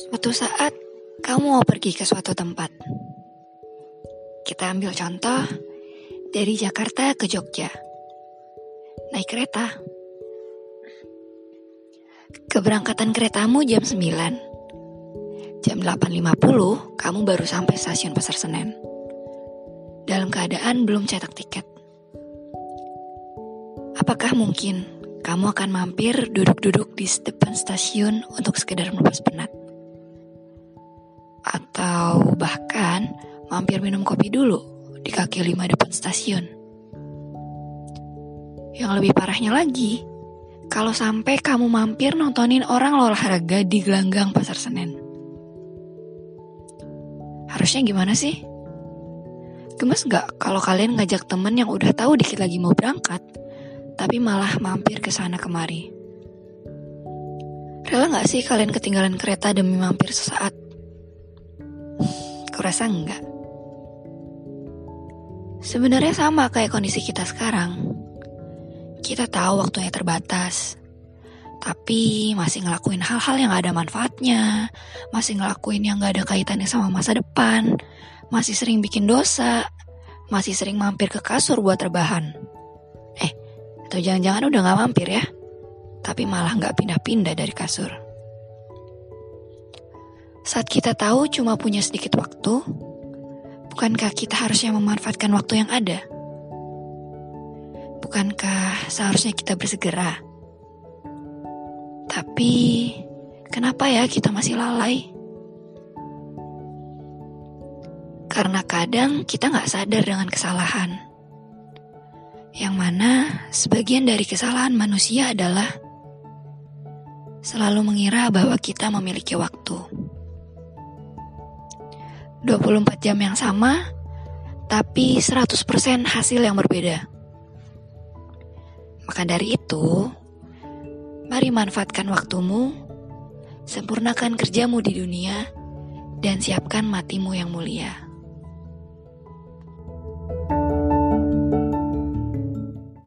Suatu saat, kamu mau pergi ke suatu tempat. Kita ambil contoh dari Jakarta ke Jogja. Naik kereta. Keberangkatan keretamu jam 9. Jam 8.50, kamu baru sampai stasiun Pasar Senen. Dalam keadaan belum cetak tiket. Apakah mungkin kamu akan mampir duduk-duduk di depan stasiun untuk sekedar melepas penat? Atau bahkan mampir minum kopi dulu di kaki 5 depan stasiun. Yang lebih parahnya lagi, kalau sampai kamu mampir nontonin orang olahraga di gelanggang Pasar Senen. Harusnya gimana sih? Gemes gak kalau kalian ngajak temen yang udah tahu dikit lagi mau berangkat, tapi malah mampir ke sana kemari? Rela gak sih kalian ketinggalan kereta demi mampir sesaat? Kurasa enggak. Sebenarnya sama kayak kondisi kita sekarang. Kita tahu waktunya terbatas, tapi masih ngelakuin hal-hal yang gak ada manfaatnya, masih ngelakuin yang gak ada kaitannya sama masa depan, masih sering bikin dosa, masih sering mampir ke kasur buat rebahan. Atau jangan-jangan udah gak mampir ya, tapi malah gak pindah-pindah dari kasur. Saat kita tahu cuma punya sedikit waktu, bukankah kita harusnya memanfaatkan waktu yang ada? Bukankah seharusnya kita bersegera? Tapi, kenapa ya kita masih lalai? Karena kadang kita gak sadar dengan kesalahan. Yang mana sebagian dari kesalahan manusia adalah selalu mengira bahwa kita memiliki waktu. 24 jam yang sama, tapi 100% hasil yang berbeda. Maka dari itu, mari manfaatkan waktumu, sempurnakan kerjamu di dunia, dan siapkan matimu yang mulia.